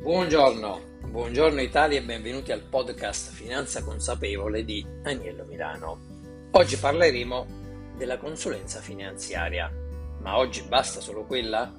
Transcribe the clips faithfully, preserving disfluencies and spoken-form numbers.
Buongiorno, buongiorno Italia e benvenuti al podcast Finanza Consapevole di Aniello Milano. Oggi parleremo della consulenza finanziaria, ma oggi basta solo quella?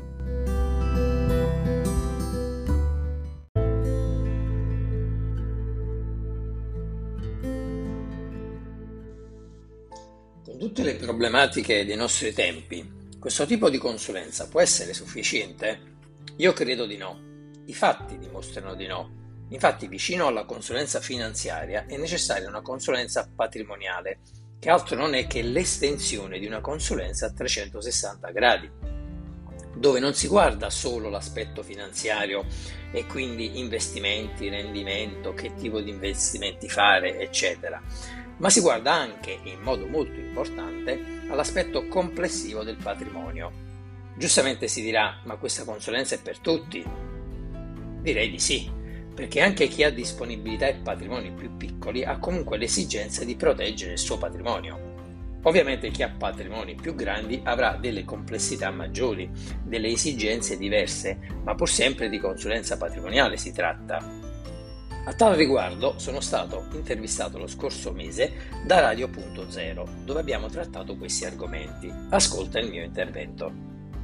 Con tutte le problematiche dei nostri tempi, questo tipo di consulenza può essere sufficiente? Io credo di no. I fatti dimostrano di no. Infatti, vicino alla consulenza finanziaria è necessaria una consulenza patrimoniale, che altro non è che l'estensione di una consulenza a trecentosessanta gradi, dove non si guarda solo l'aspetto finanziario e quindi investimenti, rendimento, che tipo di investimenti fare, eccetera, ma si guarda anche, in modo molto importante, all'aspetto complessivo del patrimonio. Giustamente si dirà, ma questa consulenza è per tutti? Direi di sì, perché anche chi ha disponibilità e patrimoni più piccoli ha comunque l'esigenza di proteggere il suo patrimonio. Ovviamente chi ha patrimoni più grandi avrà delle complessità maggiori, delle esigenze diverse, ma pur sempre di consulenza patrimoniale si tratta. A tal riguardo sono stato intervistato lo scorso mese da Radio Punto Zero, dove abbiamo trattato questi argomenti. Ascolta il mio intervento.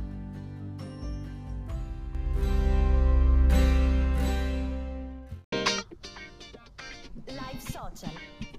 Live Social.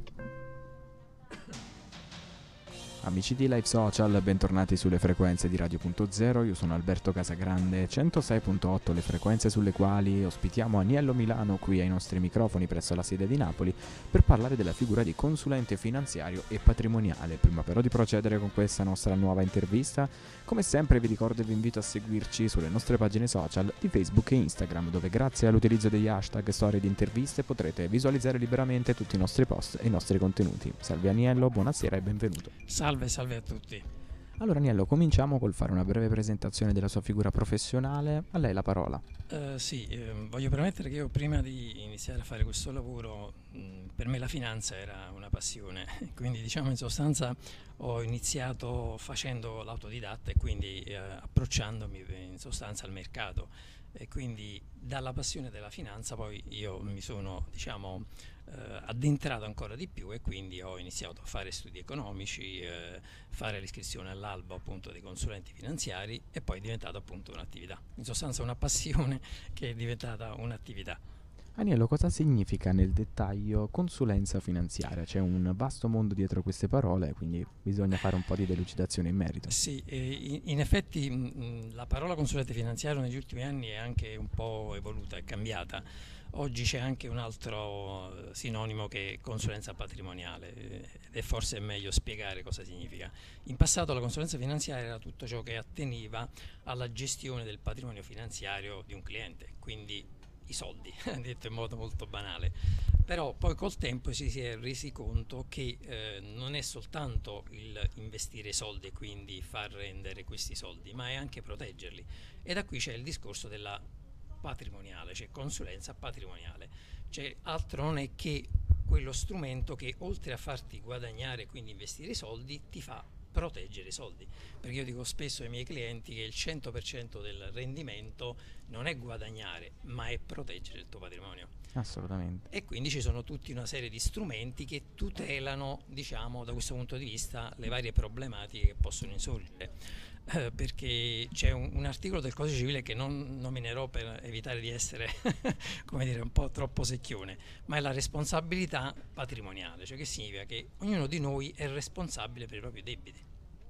Amici di Live Social, bentornati sulle frequenze di Radio Punto Zero, io sono Alberto Casagrande, centosei virgola otto le frequenze sulle quali ospitiamo Aniello Milano qui ai nostri microfoni presso la sede di Napoli per parlare della figura di consulente finanziario e patrimoniale. Prima però di procedere con questa nostra nuova intervista, come sempre vi ricordo e vi invito a seguirci sulle nostre pagine social di Facebook e Instagram, dove grazie all'utilizzo degli hashtag storie di interviste potrete visualizzare liberamente tutti i nostri post e i nostri contenuti. Salve Aniello, buonasera e benvenuto. Salve, salve a tutti. Allora Aniello, cominciamo col fare una breve presentazione della sua figura professionale. A lei la parola. Uh, sì, eh, voglio premettere che io prima di iniziare a fare questo lavoro, mh, per me la finanza era una passione, quindi diciamo in sostanza ho iniziato facendo l'autodidatta e quindi eh, approcciandomi in sostanza al mercato, e quindi dalla passione della finanza poi io mi sono diciamo eh, addentrato ancora di più e quindi ho iniziato a fare studi economici, eh, fare l'iscrizione all'albo appunto dei consulenti finanziari e poi è diventato appunto un'attività, in sostanza una passione che è diventata un'attività. Aniello, cosa significa nel dettaglio consulenza finanziaria? C'è un vasto mondo dietro queste parole, quindi bisogna fare un po' di delucidazione in merito. Sì, eh, in, in effetti mh, la parola consulente finanziario negli ultimi anni è anche un po' evoluta, è cambiata. Oggi c'è anche un altro sinonimo che è consulenza patrimoniale ed è forse meglio spiegare cosa significa. In passato la consulenza finanziaria era tutto ciò che atteneva alla gestione del patrimonio finanziario di un cliente, quindi i soldi, detto in modo molto banale. Però poi col tempo si, si è resi conto che eh, non è soltanto il investire soldi e quindi far rendere questi soldi, ma è anche proteggerli. E da qui c'è il discorso della patrimoniale, cioè consulenza patrimoniale. Cioè altro non è che quello strumento che oltre a farti guadagnare, quindi investire i soldi, ti fa proteggere i soldi, perché io dico spesso ai miei clienti che il cento per cento del rendimento non è guadagnare, ma è proteggere il tuo patrimonio. Assolutamente. E quindi ci sono tutta una serie di strumenti che tutelano, diciamo, da questo punto di vista le varie problematiche che possono insorgere. Eh, perché c'è un, un articolo del Codice Civile che non nominerò per evitare di essere come dire un po' troppo secchione, ma è la responsabilità patrimoniale, cioè che significa che ognuno di noi è responsabile per i propri debiti.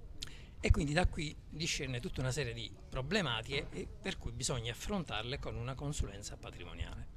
E quindi da qui discerne tutta una serie di problematiche e per cui bisogna affrontarle con una consulenza patrimoniale.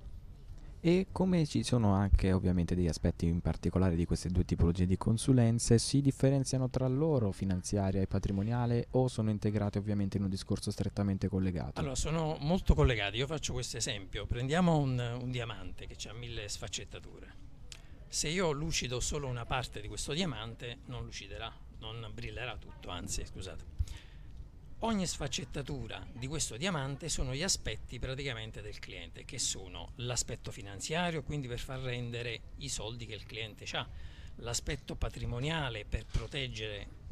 E come ci sono anche ovviamente degli aspetti in particolare di queste due tipologie di consulenze, si differenziano tra loro, finanziaria e patrimoniale, o sono integrate ovviamente in un discorso strettamente collegato? Allora, sono molto collegati. Io faccio questo esempio. Prendiamo un, un diamante che ha mille sfaccettature. Se io lucido solo una parte di questo diamante, non luciderà, non brillerà tutto, anzi, scusate. Ogni sfaccettatura di questo diamante sono gli aspetti praticamente del cliente, che sono l'aspetto finanziario, quindi per far rendere i soldi che il cliente ha, l'aspetto patrimoniale per proteggere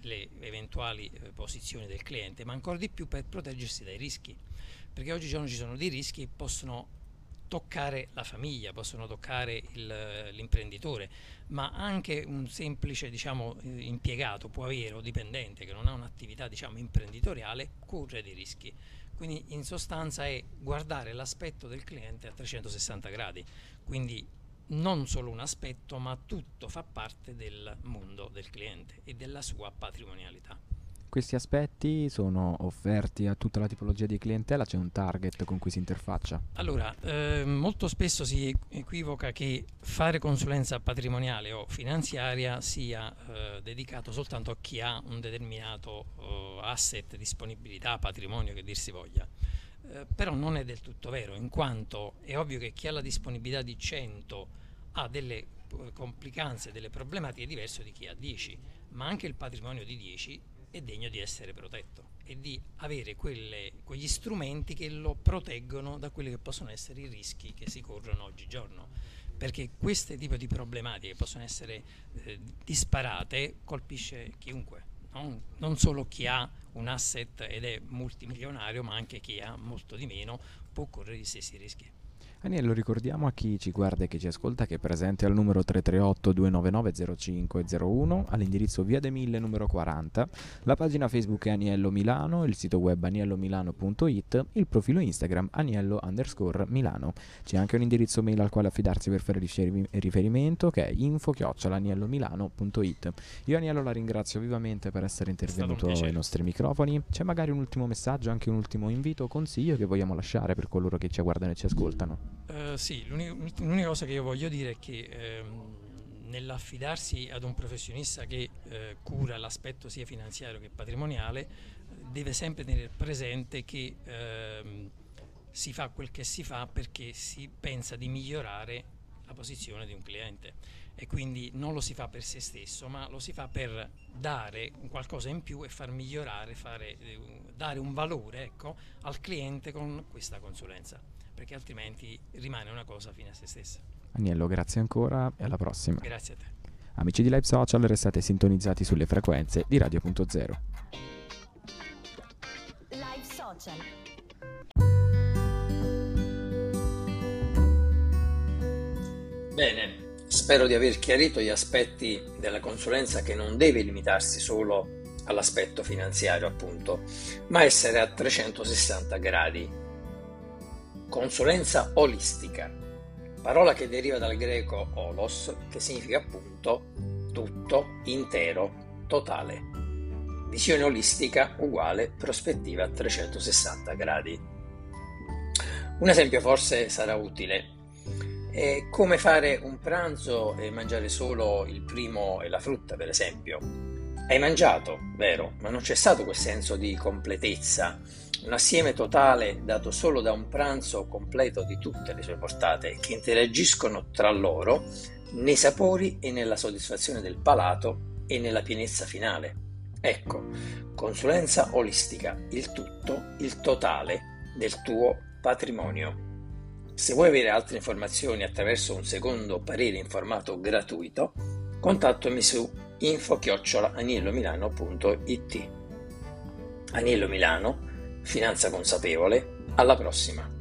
le eventuali eh, posizioni del cliente, ma ancora di più per proteggersi dai rischi, perché oggigiorno ci sono dei rischi che possono toccare la famiglia, possono toccare il, l'imprenditore, ma anche un semplice, diciamo, impiegato può avere, o dipendente che non ha un'attività, diciamo, imprenditoriale, corre dei rischi. Quindi in sostanza è guardare l'aspetto del cliente a trecentosessanta gradi, quindi non solo un aspetto, ma tutto fa parte del mondo del cliente e della sua patrimonialità. Questi aspetti sono offerti a tutta la tipologia di clientela, c'è un target con cui si interfaccia? Allora, eh, molto spesso si equivoca che fare consulenza patrimoniale o finanziaria sia eh, dedicato soltanto a chi ha un determinato eh, asset, disponibilità, patrimonio, che dir si voglia. Eh, però non è del tutto vero, in quanto è ovvio che chi ha la disponibilità di cento ha delle eh, complicanze, delle problematiche diverse di chi ha dieci, ma anche il patrimonio di dieci è degno di essere protetto e di avere quelle, quegli strumenti che lo proteggono da quelli che possono essere i rischi che si corrono oggigiorno, perché questo tipo di problematiche possono essere eh, disparate, colpisce chiunque, non, non solo chi ha un asset ed è multimilionario, ma anche chi ha molto di meno può correre gli stessi rischi. Agnello, ricordiamo a chi ci guarda e chi ci ascolta che è presente al numero tre tre otto due nove nove zero cinque zero uno, all'indirizzo Via dei Mille numero quaranta, la pagina Facebook è Aniello Milano, il sito web aniello milano punto it, il profilo Instagram Aniello underscore Milano. C'è anche un indirizzo mail al quale affidarsi per fare riferimento, che è info chiocciola aniello milano punto it. Io Aniello la ringrazio vivamente per essere intervenuto ai nostri microfoni. C'è magari un ultimo messaggio, anche un ultimo invito o consiglio che vogliamo lasciare per coloro che ci guardano e ci ascoltano? Uh, sì, l'unica, l'unica cosa che io voglio dire è che ehm, nell'affidarsi ad un professionista che eh, cura l'aspetto sia finanziario che patrimoniale, deve sempre tenere presente che ehm, si fa quel che si fa perché si pensa di migliorare la posizione di un cliente, e quindi non lo si fa per se stesso, ma lo si fa per dare qualcosa in più e far migliorare, fare, eh, dare un valore, ecco, al cliente con questa consulenza, perché altrimenti rimane una cosa fine a se stessa. Agnello, grazie ancora e alla prossima. Grazie a te. Amici di Live Social, restate sintonizzati sulle frequenze di Radio punto zero. Live Social. Bene, spero di aver chiarito gli aspetti della consulenza, che non deve limitarsi solo all'aspetto finanziario, appunto, ma essere a trecentosessanta gradi. Consulenza olistica, parola che deriva dal greco olos, che significa appunto tutto, intero, totale. Visione olistica uguale prospettiva a trecentosessanta gradi. Un esempio forse sarà utile. È come fare un pranzo e mangiare solo il primo e la frutta, per esempio. Hai mangiato, vero, ma non c'è stato quel senso di completezza, un assieme totale dato solo da un pranzo completo di tutte le sue portate, che interagiscono tra loro nei sapori e nella soddisfazione del palato e nella pienezza finale. Ecco, consulenza olistica, il tutto, il totale del tuo patrimonio. Se vuoi avere altre informazioni attraverso un secondo parere informato gratuito, contattami su info chiocciola aniello milano punto it. Aniello Milano, finanza consapevole, alla prossima!